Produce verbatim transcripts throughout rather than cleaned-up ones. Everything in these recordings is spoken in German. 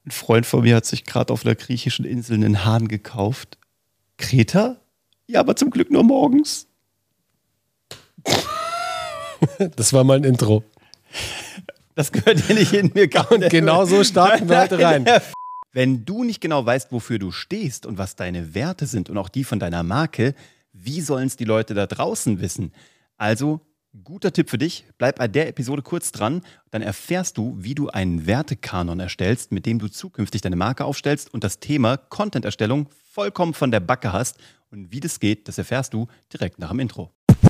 Ein Freund von mir hat sich gerade auf einer griechischen Insel einen Hahn gekauft. Kreta? Ja, aber zum Glück nur morgens. Das war mein Intro. Das gehört hier nicht in mir. Und genau so starten wir heute rein. Wenn du nicht genau weißt, wofür du stehst und was deine Werte sind und auch die von deiner Marke, wie sollen es die Leute da draußen wissen? Also, guter Tipp für dich, bleib bei der Episode kurz dran, dann erfährst du, wie du einen Wertekanon erstellst, mit dem du zukünftig deine Marke aufstellst und das Thema Content-Erstellung vollkommen von der Backe hast. Und wie das geht, das erfährst du direkt nach dem Intro.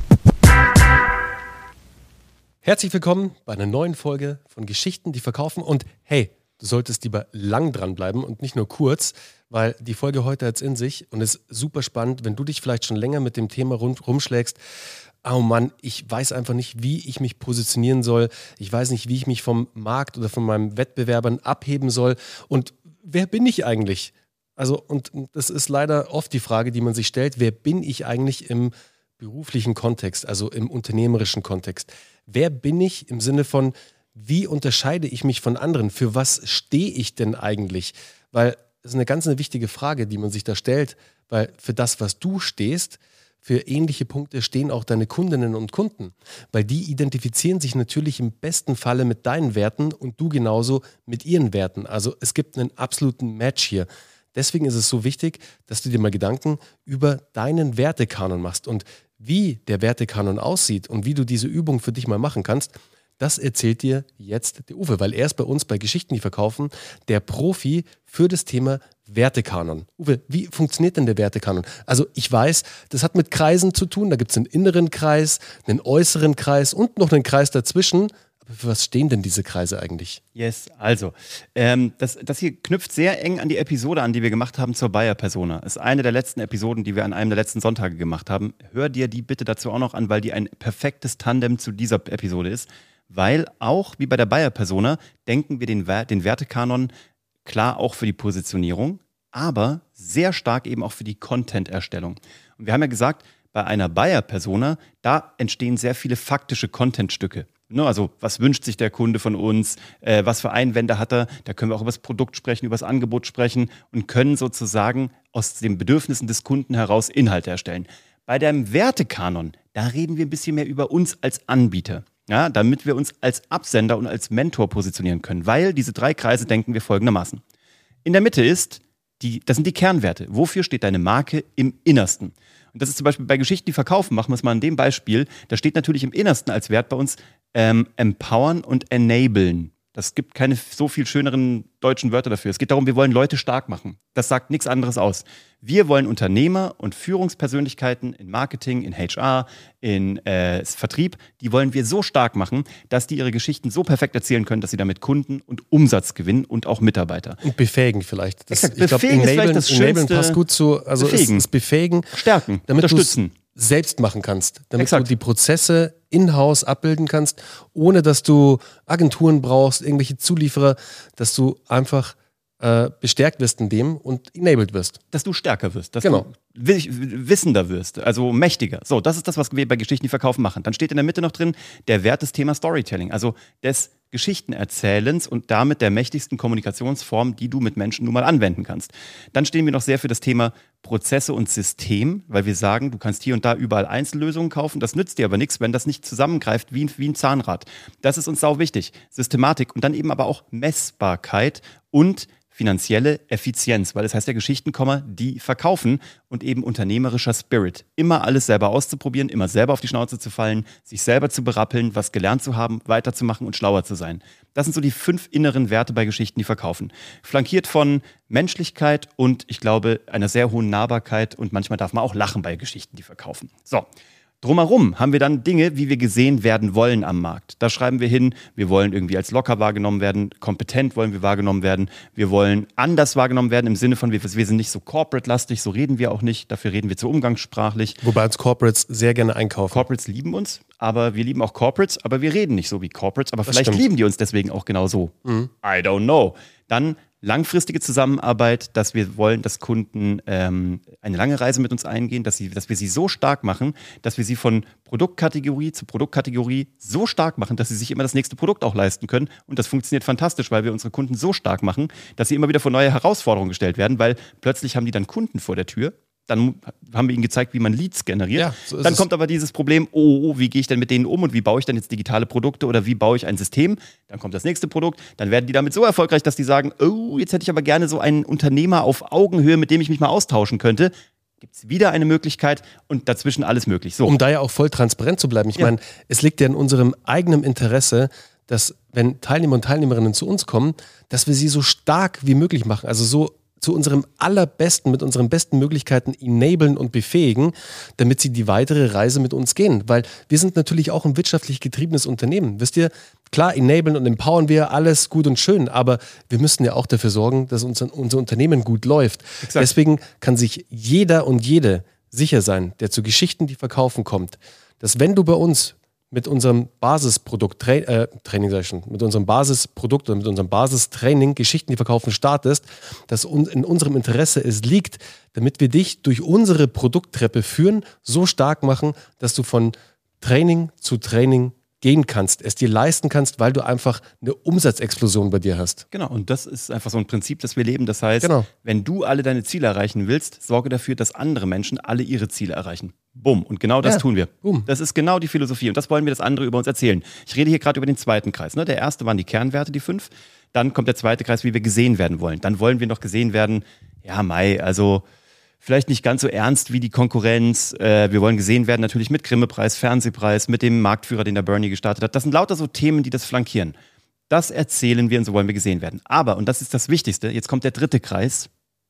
Herzlich willkommen bei einer neuen Folge von Geschichten, die verkaufen. Und hey, du solltest lieber lang dranbleiben und nicht nur kurz, weil die Folge heute hat es in sich und ist super spannend, wenn du dich vielleicht schon länger mit dem Thema rund, rumschlägst. Oh Mann, ich weiß einfach nicht, wie ich mich positionieren soll. Ich weiß nicht, wie ich mich vom Markt oder von meinen Wettbewerbern abheben soll. Und wer bin ich eigentlich? Also, und das ist leider oft die Frage, die man sich stellt. Wer bin ich eigentlich im beruflichen Kontext, also im unternehmerischen Kontext? Wer bin ich im Sinne von, wie unterscheide ich mich von anderen? Für was stehe ich denn eigentlich? Weil das ist eine ganz eine wichtige Frage, die man sich da stellt, weil für das, was du stehst, für ähnliche Punkte stehen auch deine Kundinnen und Kunden, weil die identifizieren sich natürlich im besten Falle mit deinen Werten und du genauso mit ihren Werten. Also es gibt einen absoluten Match hier. Deswegen ist es so wichtig, dass du dir mal Gedanken über deinen Wertekanon machst und wie der Wertekanon aussieht und wie du diese Übung für dich mal machen kannst. Das erzählt dir jetzt der Uwe, weil er ist bei uns bei Geschichten, die verkaufen, der Profi für das Thema Wertekanon. Uwe, wie funktioniert denn der Wertekanon? Also ich weiß, das hat mit Kreisen zu tun. Da gibt es einen inneren Kreis, einen äußeren Kreis und noch einen Kreis dazwischen. Aber für was stehen denn diese Kreise eigentlich? Yes, also, ähm, das, das hier knüpft sehr eng an die Episode an, die wir gemacht haben zur Buyer-Persona. Ist eine der letzten Episoden, die wir an einem der letzten Sonntage gemacht haben. Hör dir die bitte dazu auch noch an, weil die ein perfektes Tandem zu dieser Episode ist. Weil auch wie bei der Buyer-Persona denken wir den, den Wertekanon klar auch für die Positionierung, aber sehr stark eben auch für die Content-Erstellung. Und wir haben ja gesagt, bei einer Buyer-Persona, da entstehen sehr viele faktische Content-Stücke. Ne, also was wünscht sich der Kunde von uns, äh, was für Einwände hat er, da können wir auch über das Produkt sprechen, über das Angebot sprechen und können sozusagen aus den Bedürfnissen des Kunden heraus Inhalte erstellen. Bei dem Wertekanon, da reden wir ein bisschen mehr über uns als Anbieter. Ja, damit wir uns als Absender und als Mentor positionieren können, weil diese drei Kreise denken wir folgendermaßen. In der Mitte ist, die, das sind die Kernwerte. Wofür steht deine Marke im Innersten? Und das ist zum Beispiel bei Geschichten, die verkaufen, machen wir es mal an dem Beispiel, da steht natürlich im Innersten als Wert bei uns ähm, empowern und enablen. Das gibt keine so viel schöneren deutschen Wörter dafür. Es geht darum, wir wollen Leute stark machen. Das sagt nichts anderes aus. Wir wollen Unternehmer und Führungspersönlichkeiten in Marketing, in H R, in äh, Vertrieb, die wollen wir so stark machen, dass die ihre Geschichten so perfekt erzählen können, dass sie damit Kunden und Umsatz gewinnen und auch Mitarbeiter. Und befähigen vielleicht. Das, Exakt, ich glaube, befähigen ist enablen, vielleicht das enablen Schönste. passt gut zu, also Befähigen. Es, es befähigen, Stärken, damit unterstützen. Selbst machen kannst, damit Exakt. du die Prozesse in-house abbilden kannst, ohne dass du Agenturen brauchst, irgendwelche Zulieferer, dass du einfach äh, bestärkt wirst in dem und enabled wirst. Dass du stärker wirst, dass Genau. du wissender wirst, also mächtiger. So, das ist das, was wir bei Geschichten, die verkaufen, machen. Dann steht in der Mitte noch drin der Wert des Thema Storytelling, also des Geschichtenerzählens und damit der mächtigsten Kommunikationsform, die du mit Menschen nun mal anwenden kannst. Dann stehen wir noch sehr für das Thema Prozesse und System, weil wir sagen, du kannst hier und da überall Einzellösungen kaufen, das nützt dir aber nichts, wenn das nicht zusammengreift wie ein, wie ein Zahnrad. Das ist uns sau wichtig. Systematik und dann eben aber auch Messbarkeit und finanzielle Effizienz, weil es heißt ja Geschichten, die verkaufen und eben unternehmerischer Spirit. Immer alles selber auszuprobieren, immer selber auf die Schnauze zu fallen, sich selber zu berappeln, was gelernt zu haben, weiterzumachen und schlauer zu sein. Das sind so die fünf inneren Werte bei Geschichten, die verkaufen. Flankiert von Menschlichkeit und ich glaube einer sehr hohen Nahbarkeit und manchmal darf man auch lachen bei Geschichten, die verkaufen. So. Drumherum haben wir dann Dinge, wie wir gesehen werden wollen am Markt. Da schreiben wir hin, wir wollen irgendwie als locker wahrgenommen werden, kompetent wollen wir wahrgenommen werden, wir wollen anders wahrgenommen werden im Sinne von, wir, wir sind nicht so corporate-lastig, so reden wir auch nicht, dafür reden wir zu umgangssprachlich. Wobei uns Corporates sehr gerne einkaufen. Corporates lieben uns, aber wir lieben auch Corporates, aber wir reden nicht so wie Corporates, aber Das vielleicht stimmt. lieben die uns deswegen auch genau so. Mhm. I don't know. Dann langfristige Zusammenarbeit, dass wir wollen, dass Kunden ähm, eine lange Reise mit uns eingehen, dass, sie, dass wir sie so stark machen, dass wir sie von Produktkategorie zu Produktkategorie so stark machen, dass sie sich immer das nächste Produkt auch leisten können. Und das funktioniert fantastisch, weil wir unsere Kunden so stark machen, dass sie immer wieder vor neue Herausforderungen gestellt werden, weil plötzlich haben die dann Kunden vor der Tür. Dann haben wir ihnen gezeigt, wie man Leads generiert. Ja, so ist dann es. kommt aber dieses Problem, oh, oh, wie gehe ich denn mit denen um und wie baue ich denn jetzt digitale Produkte oder wie baue ich ein System? Dann kommt das nächste Produkt, dann werden die damit so erfolgreich, dass die sagen, oh, jetzt hätte ich aber gerne so einen Unternehmer auf Augenhöhe, mit dem ich mich mal austauschen könnte. Gibt es wieder eine Möglichkeit und dazwischen alles möglich. So. Um da ja auch voll transparent zu bleiben. Ich Ja. meine, es liegt ja in unserem eigenen Interesse, dass wenn Teilnehmer und Teilnehmerinnen zu uns kommen, dass wir sie so stark wie möglich machen. Also so zu unserem allerbesten, mit unseren besten Möglichkeiten enablen und befähigen, damit sie die weitere Reise mit uns gehen. Weil wir sind natürlich auch ein wirtschaftlich getriebenes Unternehmen. Wisst ihr, klar, enablen und empowern wir, alles gut und schön, aber wir müssen ja auch dafür sorgen, dass unser, unser Unternehmen gut läuft. Exakt. Deswegen kann sich jeder und jede sicher sein, der zu Geschichten, die verkaufen kommt, dass wenn du bei uns mit unserem Basisprodukt, Tra äh, Training sag ich schon, mit unserem Basisprodukt oder mit unserem Basistraining Geschichten, die verkaufen, startest, dass un in unserem Interesse es liegt, damit wir dich durch unsere Produkttreppe führen, so stark machen, dass du von Training zu Training gehen kannst, es dir leisten kannst, weil du einfach eine Umsatzexplosion bei dir hast. Genau, und das ist einfach so ein Prinzip, das wir leben. Das heißt, Genau. wenn du alle deine Ziele erreichen willst, sorge dafür, dass andere Menschen alle ihre Ziele erreichen. Bumm. Und genau das Ja, tun wir. boom. Das ist genau die Philosophie. Und das wollen wir das andere über uns erzählen. Ich rede hier gerade über den zweiten Kreis. Ne? Der erste waren die Kernwerte, die fünf. Dann kommt der zweite Kreis, wie wir gesehen werden wollen. Dann wollen wir noch gesehen werden, ja, Mai, also vielleicht nicht ganz so ernst wie die Konkurrenz. Äh, wir wollen gesehen werden natürlich mit Grimme-Preis, Fernsehpreis, mit dem Marktführer, den der Bernie gestartet hat. Das sind lauter so Themen, die das flankieren. Das erzählen wir und so wollen wir gesehen werden. Aber, und das ist das Wichtigste, jetzt kommt der dritte Kreis,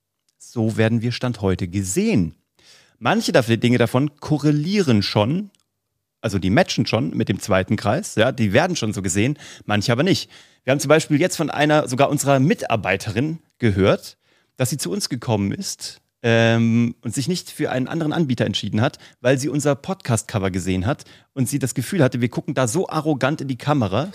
so werden wir Stand heute gesehen. Manche Dinge davon korrelieren schon, also die matchen schon mit dem zweiten Kreis, ja, die werden schon so gesehen, manche aber nicht. Wir haben zum Beispiel jetzt von einer, sogar unserer Mitarbeiterin gehört, dass sie zu uns gekommen ist ähm, und sich nicht für einen anderen Anbieter entschieden hat, weil sie unser Podcast-Cover gesehen hat und sie das Gefühl hatte, wir gucken da so arrogant in die Kamera.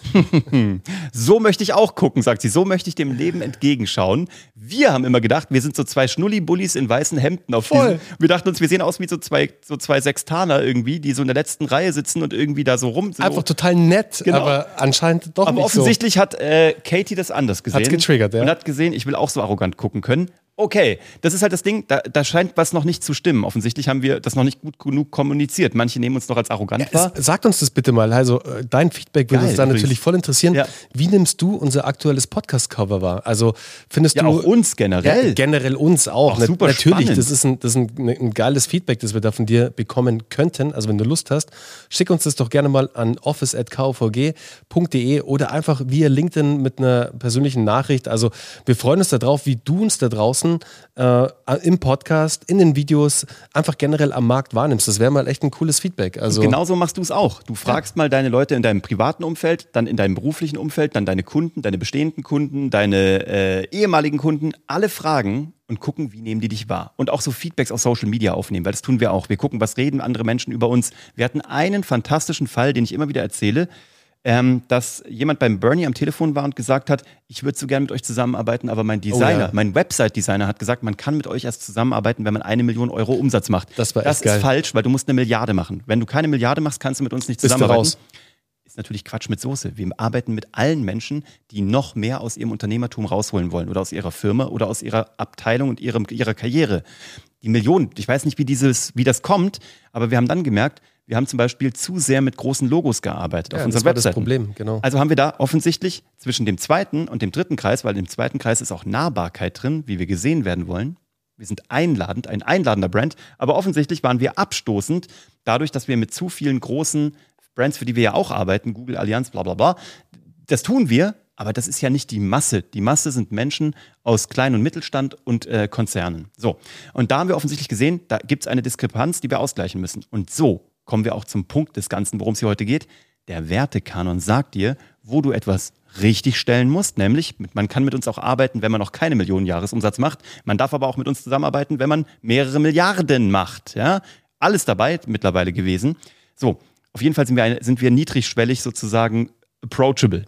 So möchte ich auch gucken, sagt sie. So möchte ich dem Leben entgegenschauen. Wir haben immer gedacht, wir sind so zwei Schnulli-Bullis in weißen Hemden auf Voll. diesem. Wir dachten uns, wir sehen aus wie so zwei, so zwei Sextaner irgendwie, die so in der letzten Reihe sitzen und irgendwie da so rum sind. Einfach total nett, Genau. aber anscheinend doch Aber nicht offensichtlich hat äh, Katie das anders gesehen. Hat's getriggert, ja. Und hat gesehen, ich will auch so arrogant gucken können. Okay, das ist halt das Ding, da, da scheint was noch nicht zu stimmen. Offensichtlich haben wir das noch nicht gut genug kommuniziert. Manche nehmen uns noch als arrogant so. wahr. Es, sagt uns das bitte mal. Also äh, dein Feedback würde Geil, uns da übrigens. natürlich voll interessieren. Ja. Wie nimmst du unser aktuelles Podcast-Cover wahr? Also findest Ja, du auch uns generell. Ja, generell uns auch. Auch Na- super Natürlich, spannend. das ist, ein, das ist ein, ein geiles Feedback, das wir da von dir bekommen könnten. Also wenn du Lust hast, schick uns das doch gerne mal an office at k v g punkt d e oder einfach via LinkedIn mit einer persönlichen Nachricht. Also wir freuen uns darauf, wie du uns da draußen äh, im Podcast, in den Videos einfach generell am Markt wahrnimmst. Das wäre mal echt ein cooles Feedback. Also Genauso machst du es auch. Du fragst mal deine Leute in deinem privaten Umfeld, dann in deinem beruflichen Umfeld, dann deine Kunden, deine bestehenden Kunden, deine äh, ehemaligen Kunden, alle fragen und gucken, wie nehmen die dich wahr. Und auch so Feedbacks auf Social Media aufnehmen, weil das tun wir auch. Wir gucken, was reden andere Menschen über uns. Wir hatten einen fantastischen Fall, den ich immer wieder erzähle, ähm, dass jemand beim Bernie am Telefon war und gesagt hat, ich würde so gerne mit euch zusammenarbeiten, aber mein Designer, Oh ja. mein Website-Designer hat gesagt, man kann mit euch erst zusammenarbeiten, wenn man eine Million Euro Umsatz macht. Das war echt Das geil. ist falsch, weil du musst eine Milliarde machen. Wenn du keine Milliarde machst, kannst du mit uns nicht Bist du zusammenarbeiten. raus. Ist natürlich Quatsch mit Soße. Wir arbeiten mit allen Menschen, die noch mehr aus ihrem Unternehmertum rausholen wollen oder aus ihrer Firma oder aus ihrer Abteilung und ihrem, ihrer Karriere. Die Millionen, ich weiß nicht, wie, dieses, wie das kommt, aber wir haben dann gemerkt, wir haben zum Beispiel zu sehr mit großen Logos gearbeitet ja, auf das unseren war das Webseiten. Problem, genau. Also haben wir da offensichtlich zwischen dem zweiten und dem dritten Kreis, weil im zweiten Kreis ist auch Nahbarkeit drin, wie wir gesehen werden wollen. Wir sind einladend, ein einladender Brand, aber offensichtlich waren wir abstoßend, dadurch, dass wir mit zu vielen großen Brands, für die wir ja auch arbeiten, Google, Allianz, bla bla bla, das tun wir, aber das ist ja nicht die Masse. Die Masse sind Menschen aus Klein- und Mittelstand und äh, Konzernen. So, und da haben wir offensichtlich gesehen, da gibt es eine Diskrepanz, die wir ausgleichen müssen. Und so kommen wir auch zum Punkt des Ganzen, worum es hier heute geht. Der Wertekanon sagt dir, wo du etwas richtig stellen musst, nämlich man kann mit uns auch arbeiten, wenn man noch keine Millionen Jahresumsatz macht. Man darf aber auch mit uns zusammenarbeiten, wenn man mehrere Milliarden macht. Ja? Alles dabei mittlerweile gewesen. So, auf jeden Fall sind wir, eine, sind wir niedrigschwellig sozusagen approachable.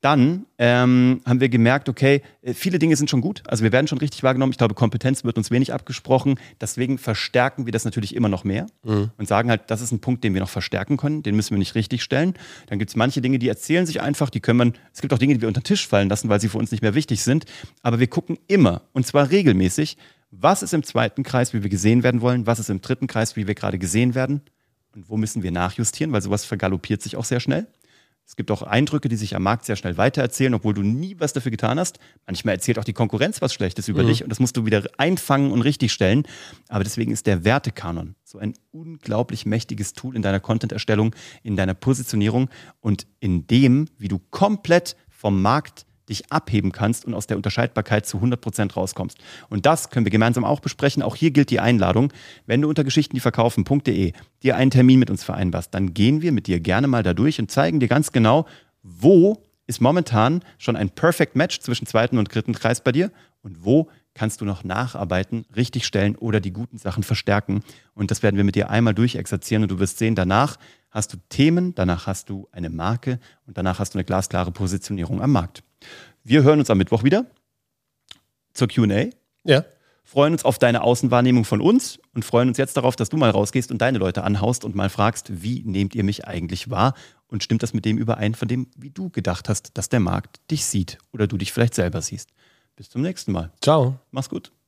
Dann ähm, haben wir gemerkt, okay, viele Dinge sind schon gut. Also wir werden schon richtig wahrgenommen. Ich glaube, Kompetenz wird uns wenig abgesprochen. Deswegen verstärken wir das natürlich immer noch mehr mhm. und sagen halt, das ist ein Punkt, den wir noch verstärken können. Den müssen wir nicht richtig stellen. Dann gibt es manche Dinge, die erzählen sich einfach. Die können man, es gibt auch Dinge, die wir unter den Tisch fallen lassen, weil sie für uns nicht mehr wichtig sind. Aber wir gucken immer, und zwar regelmäßig, was ist im zweiten Kreis, wie wir gesehen werden wollen, was ist im dritten Kreis, wie wir gerade gesehen werden und wo müssen wir nachjustieren, weil sowas vergaloppiert sich auch sehr schnell. Es gibt auch Eindrücke, die sich am Markt sehr schnell weitererzählen, obwohl du nie was dafür getan hast. Manchmal erzählt auch die Konkurrenz was Schlechtes über mhm. dich und das musst du wieder einfangen und richtig stellen. Aber deswegen ist der Wertekanon so ein unglaublich mächtiges Tool in deiner Content-Erstellung, in deiner Positionierung und in dem, wie du komplett vom Markt dich abheben kannst und aus der Unterscheidbarkeit zu hundert Prozent rauskommst. Und das können wir gemeinsam auch besprechen. Auch hier gilt die Einladung. Wenn du unter geschichten die verkaufen punkt de dir einen Termin mit uns vereinbarst, dann gehen wir mit dir gerne mal da durch und zeigen dir ganz genau, wo ist momentan schon ein Perfect Match zwischen zweiten und dritten Kreis bei dir und wo kannst du noch nacharbeiten, richtig stellen oder die guten Sachen verstärken. Und das werden wir mit dir einmal durchexerzieren und du wirst sehen, danach hast du Themen, danach hast du eine Marke und danach hast du eine glasklare Positionierung am Markt. Wir hören uns am Mittwoch wieder zur Q und A. Ja. Freuen uns auf deine Außenwahrnehmung von uns und freuen uns jetzt darauf, dass du mal rausgehst und deine Leute anhaust und mal fragst, wie nehmt ihr mich eigentlich wahr? Und stimmt das mit dem überein, von dem, wie du gedacht hast, dass der Markt dich sieht oder du dich vielleicht selber siehst? Bis zum nächsten Mal. Ciao. Mach's gut.